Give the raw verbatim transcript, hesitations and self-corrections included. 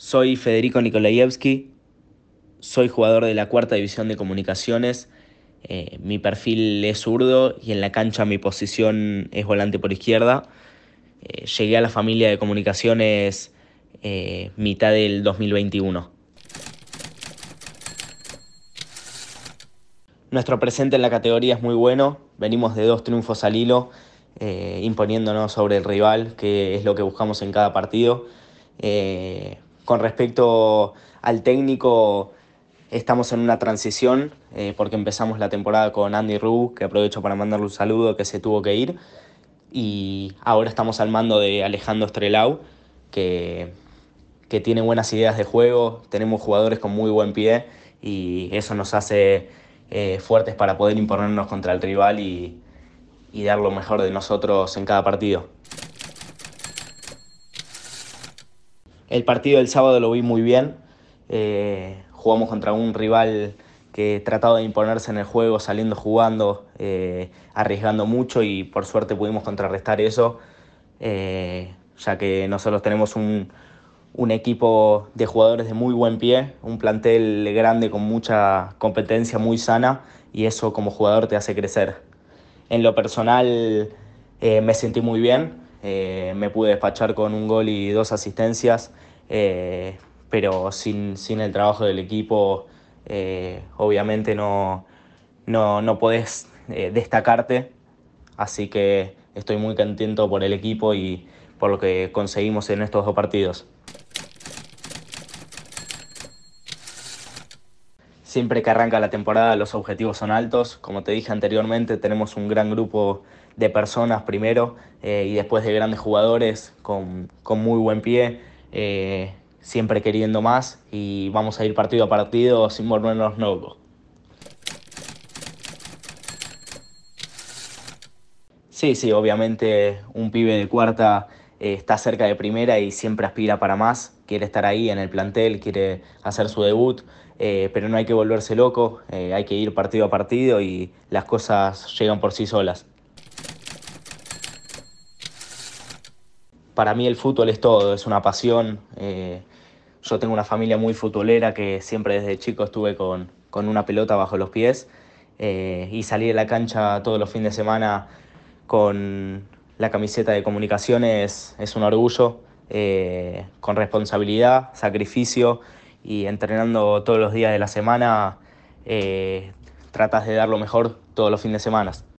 Soy Federico Nikolaevsky, soy jugador de la cuarta división de comunicaciones. Eh, mi perfil es zurdo y en la cancha mi posición es volante por izquierda. Eh, llegué a la familia de comunicaciones eh, mitad del dos mil veintiuno. Nuestro presente en la categoría es muy bueno, venimos de dos triunfos al hilo, eh, imponiéndonos sobre el rival, que es lo que buscamos en cada partido. Eh, con respecto al técnico, estamos en una transición, eh, porque empezamos la temporada con Andy Ru, que aprovecho para mandarle un saludo, que se tuvo que ir, y ahora estamos al mando de Alejandro Strelau, que, que tiene buenas ideas de juego, tenemos jugadores con muy buen pie y eso nos hace eh, fuertes para poder imponernos contra el rival y, y dar lo mejor de nosotros en cada partido. El partido del sábado lo vi muy bien. Eh, jugamos contra un rival que trataba de imponerse en el juego, saliendo jugando, eh, arriesgando mucho y por suerte pudimos contrarrestar eso, eh, ya que nosotros tenemos un, un equipo de jugadores de muy buen pie, un plantel grande con mucha competencia, muy sana, y eso como jugador te hace crecer. En lo personal eh, me sentí muy bien, eh, me pude despachar con un gol y dos asistencias, eh, pero sin, sin el trabajo del equipo eh, obviamente no, no, no podés eh, destacarte, así que estoy muy contento por el equipo y por lo que conseguimos en estos dos partidos. Siempre que arranca la temporada los objetivos son altos. Como te dije anteriormente, tenemos un gran grupo de personas primero eh, y después de grandes jugadores con, con muy buen pie, eh, siempre queriendo más y vamos a ir partido a partido sin volvernos locos. Sí, sí, obviamente un pibe de cuarta eh, está cerca de primera y siempre aspira para más, quiere estar ahí en el plantel, quiere hacer su debut, eh, pero no hay que volverse loco, eh, hay que ir partido a partido y las cosas llegan por sí solas. Para mí el fútbol es todo, es una pasión. eh, yo tengo una familia muy futbolera que siempre desde chico estuve con, con una pelota bajo los pies, eh, y salir a la cancha todos los fines de semana con la camiseta de comunicaciones es un orgullo, eh, con responsabilidad, sacrificio y entrenando todos los días de la semana, eh, tratas de dar lo mejor todos los fines de semana.